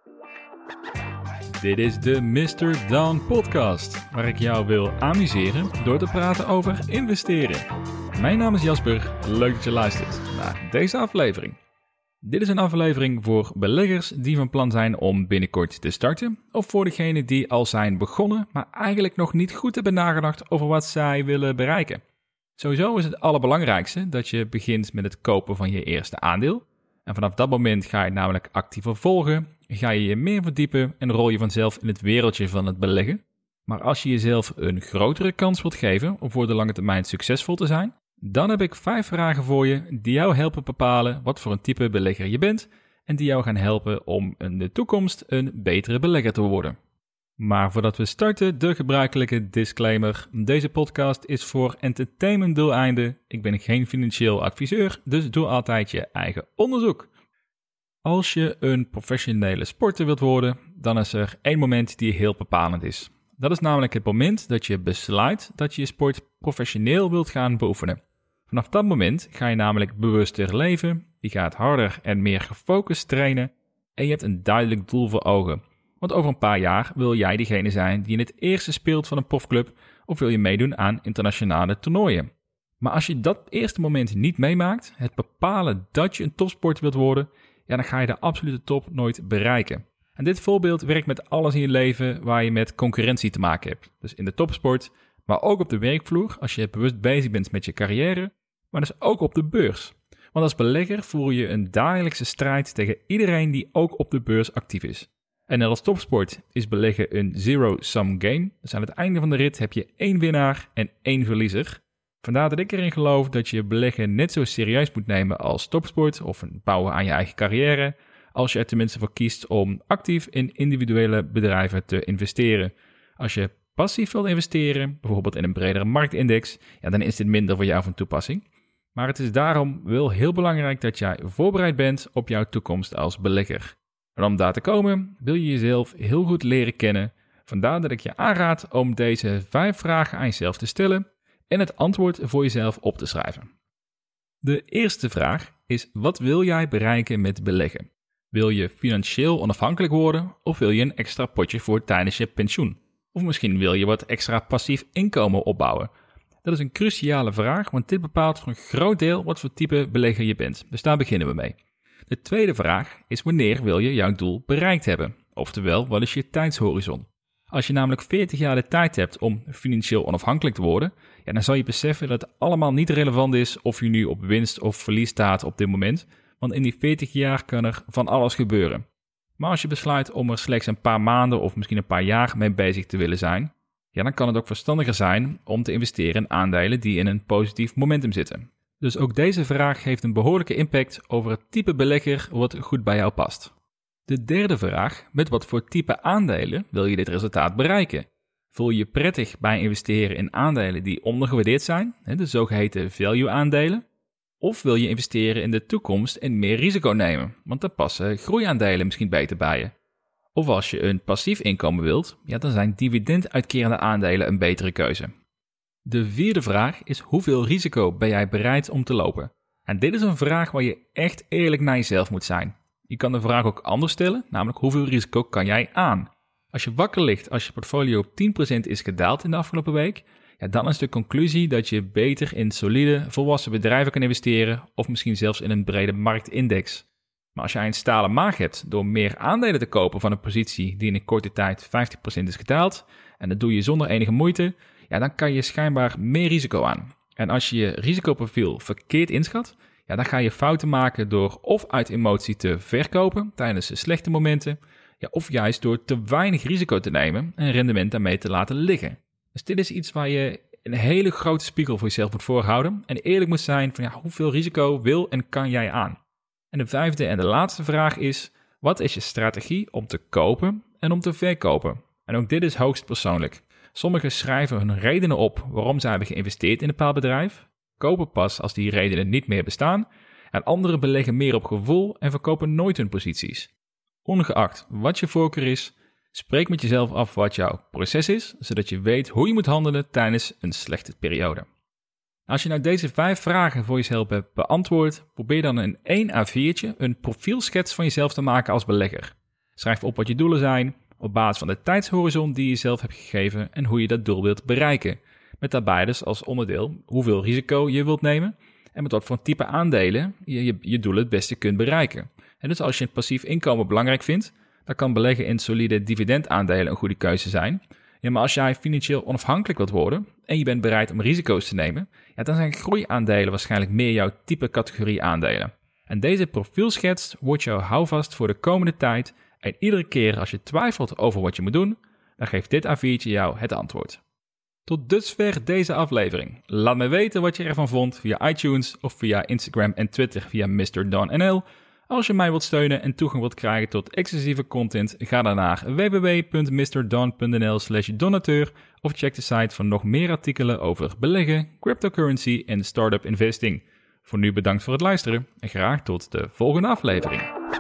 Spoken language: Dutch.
Dit is de Mr. Dan podcast, waar ik jou wil amuseren door te praten over investeren. Mijn naam is Jasper, leuk dat je luistert naar deze aflevering. Dit is een aflevering voor beleggers die van plan zijn om binnenkort te starten, of voor degenen die al zijn begonnen, maar eigenlijk nog niet goed hebben nagedacht over wat zij willen bereiken. Sowieso is het allerbelangrijkste dat je begint met het kopen van je eerste aandeel. En vanaf dat moment ga je het namelijk actiever volgen, ga je je meer verdiepen en rol je vanzelf in het wereldje van het beleggen. Maar als je jezelf een grotere kans wilt geven om voor de lange termijn succesvol te zijn, dan heb ik 5 vragen voor je die jou helpen bepalen wat voor een type belegger je bent en die jou gaan helpen om in de toekomst een betere belegger te worden. Maar voordat we starten, de gebruikelijke disclaimer. Deze podcast is voor entertainmentdoeleinden. Ik ben geen financieel adviseur, dus doe altijd je eigen onderzoek. Als je een professionele sporter wilt worden, dan is er 1 moment die heel bepalend is. Dat is namelijk het moment dat je besluit dat je je sport professioneel wilt gaan beoefenen. Vanaf dat moment ga je namelijk bewuster leven, je gaat harder en meer gefocust trainen en je hebt een duidelijk doel voor ogen. Want over een paar jaar wil jij degene zijn die in het eerste speelt van een profclub of wil je meedoen aan internationale toernooien. Maar als je dat eerste moment niet meemaakt, het bepalen dat je een topsporter wilt worden, ja, dan ga je de absolute top nooit bereiken. En dit voorbeeld werkt met alles in je leven waar je met concurrentie te maken hebt. Dus in de topsport, maar ook op de werkvloer als je bewust bezig bent met je carrière, maar dus ook op de beurs. Want als belegger voer je een dagelijkse strijd tegen iedereen die ook op de beurs actief is. En net als topsport is beleggen een zero-sum game. Dus aan het einde van de rit heb je 1 winnaar en 1 verliezer. Vandaar dat ik erin geloof dat je beleggen net zo serieus moet nemen als topsport of bouwen aan je eigen carrière, als je er tenminste voor kiest om actief in individuele bedrijven te investeren. Als je passief wilt investeren, bijvoorbeeld in een bredere marktindex, ja, dan is dit minder voor jou van toepassing. Maar het is daarom wel heel belangrijk dat jij voorbereid bent op jouw toekomst als belegger. En om daar te komen, wil je jezelf heel goed leren kennen. Vandaar dat ik je aanraad om deze 5 vragen aan jezelf te stellen en het antwoord voor jezelf op te schrijven. De eerste vraag is: wat wil jij bereiken met beleggen? Wil je financieel onafhankelijk worden of wil je een extra potje voor tijdens je pensioen? Of misschien wil je wat extra passief inkomen opbouwen? Dat is een cruciale vraag, want dit bepaalt voor een groot deel wat voor type belegger je bent. Dus daar beginnen we mee. De tweede vraag is: wanneer wil je jouw doel bereikt hebben? Oftewel, wat is je tijdshorizon? Als je namelijk 40 jaar de tijd hebt om financieel onafhankelijk te worden, ja, dan zal je beseffen dat het allemaal niet relevant is of je nu op winst of verlies staat op dit moment, want in die 40 jaar kan er van alles gebeuren. Maar als je besluit om er slechts een paar maanden of misschien een paar jaar mee bezig te willen zijn, ja, dan kan het ook verstandiger zijn om te investeren in aandelen die in een positief momentum zitten. Dus ook deze vraag heeft een behoorlijke impact over het type belegger wat goed bij jou past. De derde vraag: met wat voor type aandelen wil je dit resultaat bereiken? Voel je je prettig bij investeren in aandelen die ondergewaardeerd zijn, de zogeheten value aandelen? Of wil je investeren in de toekomst en meer risico nemen, want dan passen groeiaandelen misschien beter bij je? Of als je een passief inkomen wilt, ja, dan zijn dividenduitkerende aandelen een betere keuze. De vierde vraag is: hoeveel risico ben jij bereid om te lopen? En dit is een vraag waar je echt eerlijk naar jezelf moet zijn. Je kan de vraag ook anders stellen, namelijk hoeveel risico kan jij aan? Als je wakker ligt als je portfolio op 10% is gedaald in de afgelopen week, ja, dan is de conclusie dat je beter in solide, volwassen bedrijven kan investeren of misschien zelfs in een brede marktindex. Maar als jij een stalen maag hebt door meer aandelen te kopen van een positie die in een korte tijd 50% is gedaald, en dat doe je zonder enige moeite, ja, dan kan je schijnbaar meer risico aan. En als je je risicoprofiel verkeerd inschat, ja, dan ga je fouten maken door of uit emotie te verkopen tijdens de slechte momenten, ja, of juist door te weinig risico te nemen en rendement daarmee te laten liggen. Dus dit is iets waar je een hele grote spiegel voor jezelf moet voorhouden en eerlijk moet zijn van, ja, hoeveel risico wil en kan jij aan? En de 5e en de laatste vraag is: wat is je strategie om te kopen en om te verkopen? En ook dit is hoogst persoonlijk. Sommigen schrijven hun redenen op waarom ze hebben geïnvesteerd in een bepaald bedrijf, kopen pas als die redenen niet meer bestaan, en anderen beleggen meer op gevoel en verkopen nooit hun posities. Ongeacht wat je voorkeur is, spreek met jezelf af wat jouw proces is, zodat je weet hoe je moet handelen tijdens een slechte periode. Als je nou deze 5 vragen voor jezelf hebt beantwoord, probeer dan in 1 A4'tje een profielschets van jezelf te maken als belegger. Schrijf op wat je doelen zijn, op basis van de tijdshorizon die je zelf hebt gegeven en hoe je dat doel wilt bereiken. Met daarbij dus als onderdeel hoeveel risico je wilt nemen en met wat voor type aandelen je doelen het beste kunt bereiken. En dus als je het passief inkomen belangrijk vindt, dan kan beleggen in solide dividendaandelen een goede keuze zijn. Ja, maar als jij financieel onafhankelijk wilt worden en je bent bereid om risico's te nemen, ja, dan zijn groeiaandelen waarschijnlijk meer jouw type categorie aandelen. En deze profielschets wordt jouw houvast voor de komende tijd en iedere keer als je twijfelt over wat je moet doen, dan geeft dit A4'tje jou het antwoord. Tot dusver deze aflevering. Laat me weten wat je ervan vond via iTunes of via Instagram en Twitter via Mr. Don NL. Als je mij wilt steunen en toegang wilt krijgen tot exclusieve content, ga dan naar www.mrdon.nl/donateur of check de site voor nog meer artikelen over beleggen, cryptocurrency en startup investing. Voor nu bedankt voor het luisteren en graag tot de volgende aflevering.